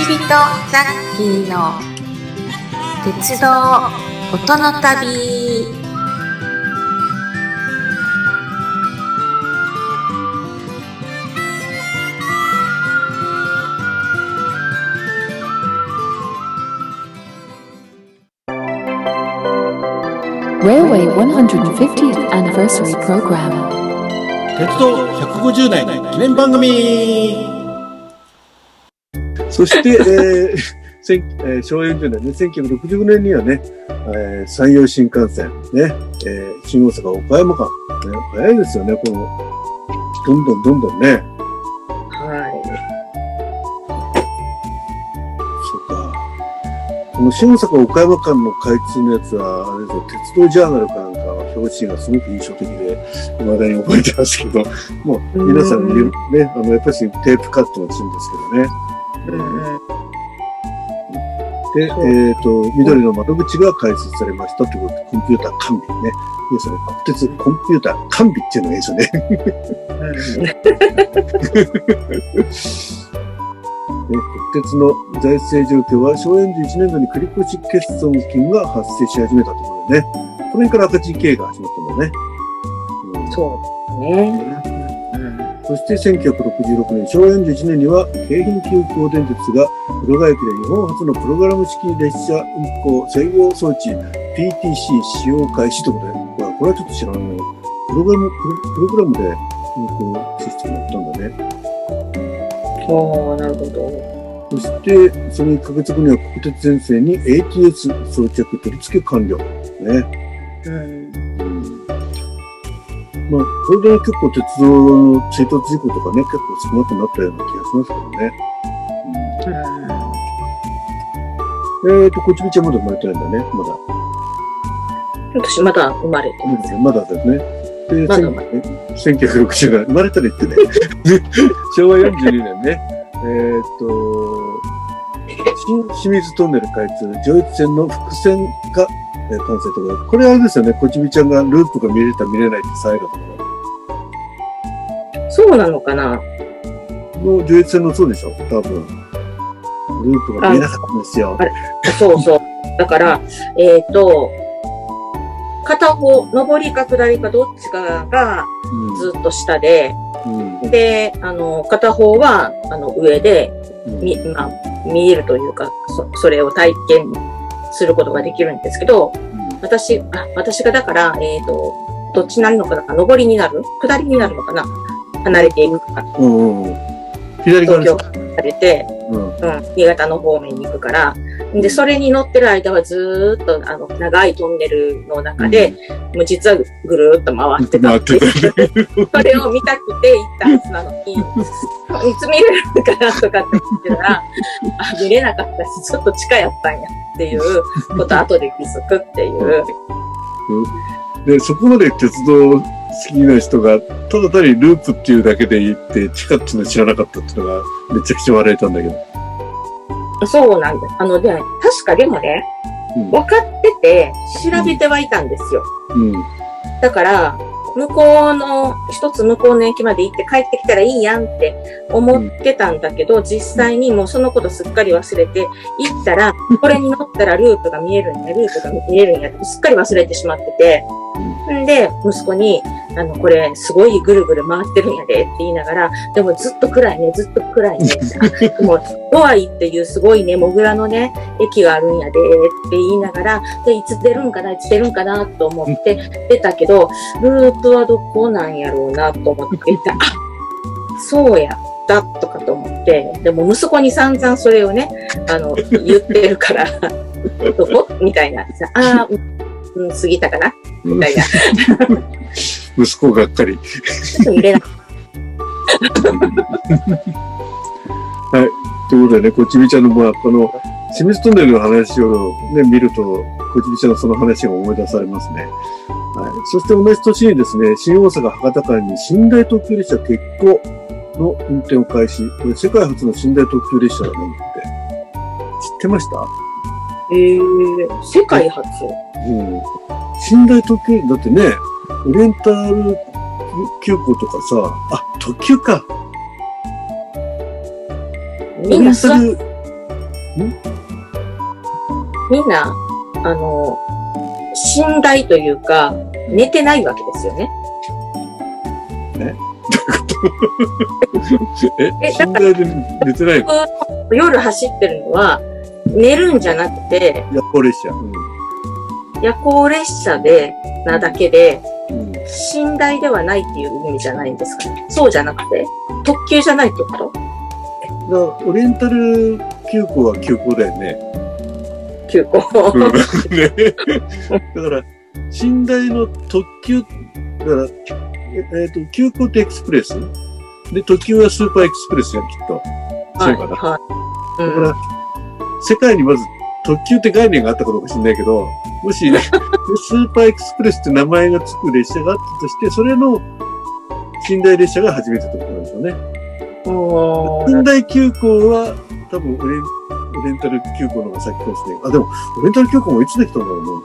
人ザッキーの鉄道音の旅。 Railway 150th Anniversary Program 鉄道150年記念番組。 そして、昭和40年ね、1965年にはね、山陽新幹線ね、新大阪岡山間、ね、早いですよね、このどんどんね。 はい。 そうか。この新大阪岡山間の開通のやつは、あれですよ、鉄道ジャーナルかなんかの表紙がすごく印象的で、未だに覚えてますけど、もう皆さんね、やっぱりテープカットのシーンですけどね。で、緑の窓口が開設されましたということで、コンピューター完備ね。皆さんね、国鉄コンピューター完備っていうのがいいですよね。国鉄の財政状況は昭和41年度に繰越欠損金が発生し始めたということでね、この辺から赤字経営が始まったんだね。 そうですね。 そして1966年、昭和41年には京浜急行電鉄が浦賀駅で日本初のプログラム式列車運行制御装置 PTC 使用開始ということで、これはちょっと知らないの。プログラムで運行システムやったんだね。 なるほど。 そして、その1ヶ月後には国鉄全線に ATS 装着取り付け完了。ね。まあ、これで結構鉄道の追突事故とかね、結構少なくなったような気がしますけどね。こっちみちはまだ生まれてないんだね、まだ。 私まだ生まれてます。 まだですね。で、 まだ生まれ 1960年、生まれたら言ってね。昭和42年ね。清水トンネル開通、上越線の複線が完成とか、これはあれですよね、こちびちゃんがループが見れた見れないって騒いだところ。そうなのかなの上越線のそうでしょ、多分。ループが見えなかったんですよ。 あれそうそう。だから、片方、上りか下りかどっちかがずっと下で、で、片方は、上で、見えるというか、それを体験することができるんですけど、私がだから、どっちになるのかな、上りになる下りになるのかな、離れていくから。 左側東京から離れて、新潟の方面に行くから、で、それに乗ってる間はずーっと、長いトンネルの中で、もう実はぐるーっと回ってたっていう。それを見たくて行ったはずなのに、いつ見れるのかなとかって言ってたら、見れなかったし、ちょっと地下やったんやっていうことを後で気づくっていう。 で、そこまで鉄道好きな人が、ただ単にループっていうだけで言って、地下っていうの知らなかったっていうのが、めちゃくちゃ笑えたんだけど。 そうなんです。確かでもね、分かってて、調べてはいたんですよ。だから、一つ向こうの駅まで行って帰ってきたらいいやんって思ってたんだけど、実際にもうそのことすっかり忘れて、行ったら、これに乗ったらループが見えるんや、ループが見えるんやってすっかり忘れてしまってて、んで、息子に、これ、すごいぐるぐる回ってるんやでって言いながら、でもずっと暗いね、ずっと暗いね。でも、ドアイっていうすごいね、モグラのね、駅があるんやでって言いながら、で、いつ出るんかなと思って出たけど、ループはどこなんやろうなと思って言ったら、そうやったとかと思って、でも息子に散々それをね、言ってるから、どこみたいな。過ぎたかなみたいな。 息子がっかり。 見れなかった。はい。ということでね、こちびちゃんの、この、清水トンネルの話をね、見ると、こちびちゃんのその話が思い出されますね。はい。そして同じ年にですね、新大阪博多間に寝台特急列車鉄鋼の運転を開始。これ世界初の寝台特急列車なんだって。知ってました？ 世界初。 寝台特急、だってね、オリエンタル急行とかさ、特急か。 みんな座っみんな、寝台というか、寝てないわけですよね。 寝台で寝てないの？ 夜走ってるのは、寝るんじゃなくて、 夜行列車。 夜行列車で、なだけで、寝台ではないっていう意味じゃないんですかね。そうじゃなくて、特急じゃないってこと？ オリエンタル急行は急行だよね。 急行。 ね、だから、寝台の特急、だから、急行ってエクスプレスで、特急はスーパーエクスプレスがきっと。そうかな。 はい。 だから、世界にまず特急って概念があったかどうか知んないけど、もし、ね、スーパーエクスプレスって名前がつく列車があったとして、それの寝台列車が初めてってことなんでしょうね。寝台急行は多分オリエンタル急行の方が先かもしれない。あ、でも、オリエンタル急行もいつできたんだろうな。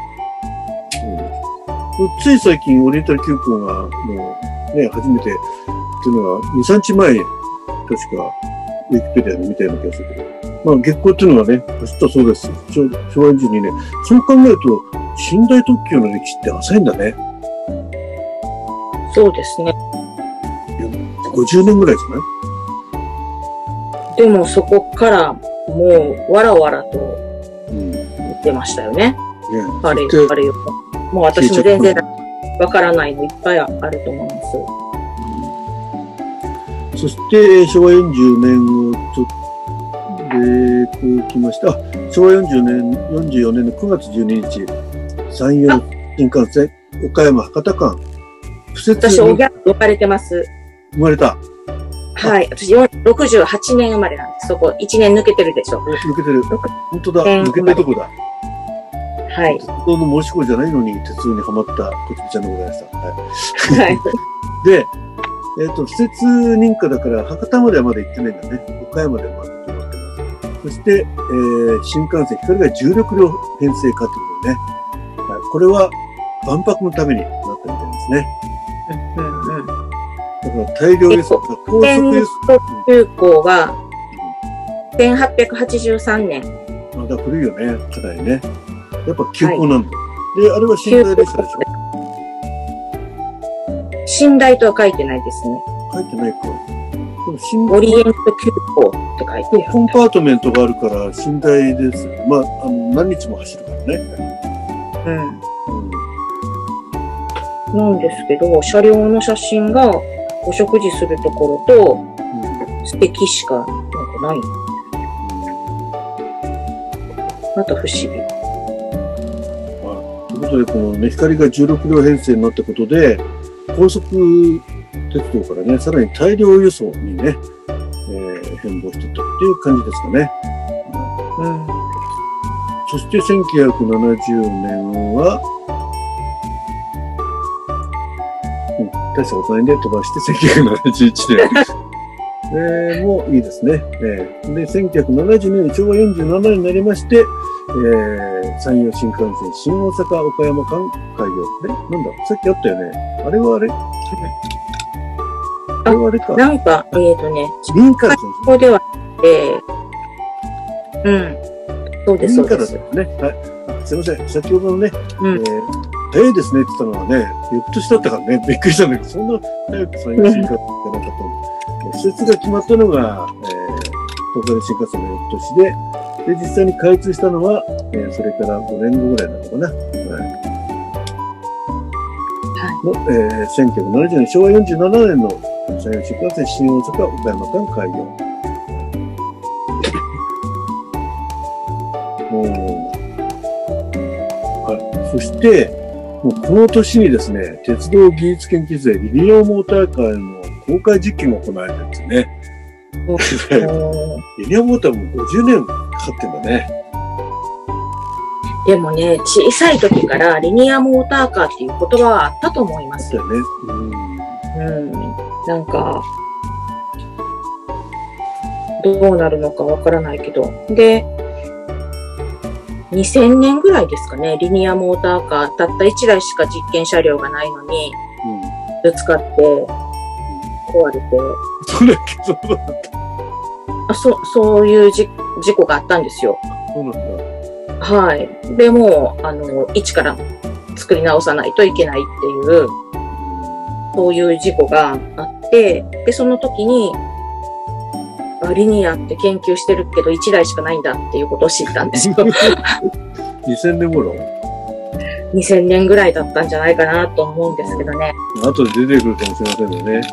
つい最近オリエンタル急行がもうね、初めてっていうのが2、3日前、確かウィキペディアで見たような気がするけど。まあ、月光っていうのはね、走ったそうです。昭和42年。そう考えると、寝台特急の歴史って浅いんだね。 そうですね。 50年ぐらいじゃない？ でもそこからもうわらわらと言ってましたよね。あれよ。もう私も全然わからないのいっぱいあると思います。そして昭和40年をちょっと来ました。昭和44年の9月12日、山陽新幹線岡山博多間。 私、おぎゃ生まれてます。 生まれた。 はい。私、68年生まれなんです。そこ、1年抜けてるでしょ。 抜けてる。本当だ。抜けたとこだ。 はい。 鉄道の申し子じゃないのに、鉄道にはまったこちびちゃんでございました。はい。で、施設認可だから、博多まではまだ行ってないんだね。岡山でまだ止まってます。そして、新幹線、光が重力量編成化ということでね。はい、これは、万博のためになったみたいですね。だから大量輸送、高速輸送。 急行は、1883年。 まだ古いよね、かなりね。やっぱ急行なんだ。で、あれは寝台列車でしょ？寝台とは書いてないですね。 書いてないか。 オリエント急行って書いてある。 コンパートメントがあるから寝台です。まあ、何日も走るからね。 なんですけど、車両の写真がお食事するところと、素敵しかなんかない。また不思議。 ということで、このね、光が16両編成になったことで、高速鉄道からね、さらに大量輸送にね、変貌していったっていう感じですかね。そして1970年は、大したことないんで飛ばして1971年。もういいですね。で、1972年、昭和47年になりまして、山陽新幹線新大阪岡山間開業。なんださっきあったよね。あれはあれあれはあれか。 なんか、 民間線。 ここでは、そうです、そうです。 ね。はい。すいません。先ほどのね、早いですねって言ったのはね、翌年だったからね、びっくりしたんだけど、そんな早く山陽新幹線じゃなかったので、施設が決まったのが、東海新幹線の翌年で、実際に開通したのは、それから5年後ぐらいなのかな。1970年、昭和47年の山陽新幹線新大阪岡山間開業。そして、もうこの年にですね、鉄道技術研究税リニアモーターカーの公開実験が行われたんですね。リニアモーターも50年かかってんだね。 でもね、小さい時からリニアモーターカーっていう言葉はあったと思いますよね。なんか、どうなるのかわからないけど。で、2000年ぐらいですかね、リニアモーターカー、たった1台しか実験車両がないのに、ぶつかって、壊れて。 そうだっけ、そうだった。 そういう事故があったんですよ。 そうなんだ。 はい。で、もう、一から作り直さないといけないっていう、そういう事故があって、で、その時に、リニアって研究してるけど1台しかないんだっていうことを知ったんですよ。 2000年頃 ?2000 年ぐらいだったんじゃないかなと思うんですけどね。 後で出てくるかもしれませんよね。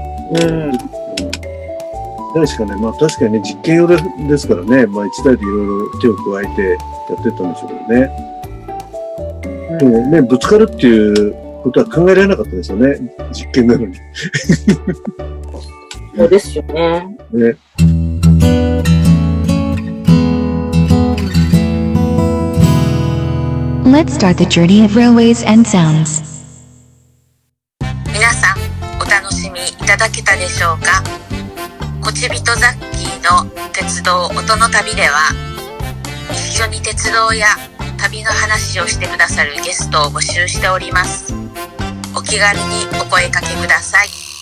確かね、まあ確かにね、実験用ですからね、まあ1台でいろいろ手を加えてやってったんでしょうけどね。でもね、ぶつかるっていうことは考えられなかったですよね。実験なのに。 そうですよね。 ね。 Let's start the journey of railways and sounds. 皆さん、お楽しみいただけたでしょうか。こちびとザッキーの鉄道音の旅では、一緒に鉄道や旅の話をしてくださるゲストを募集しております。お気軽にお声かけください。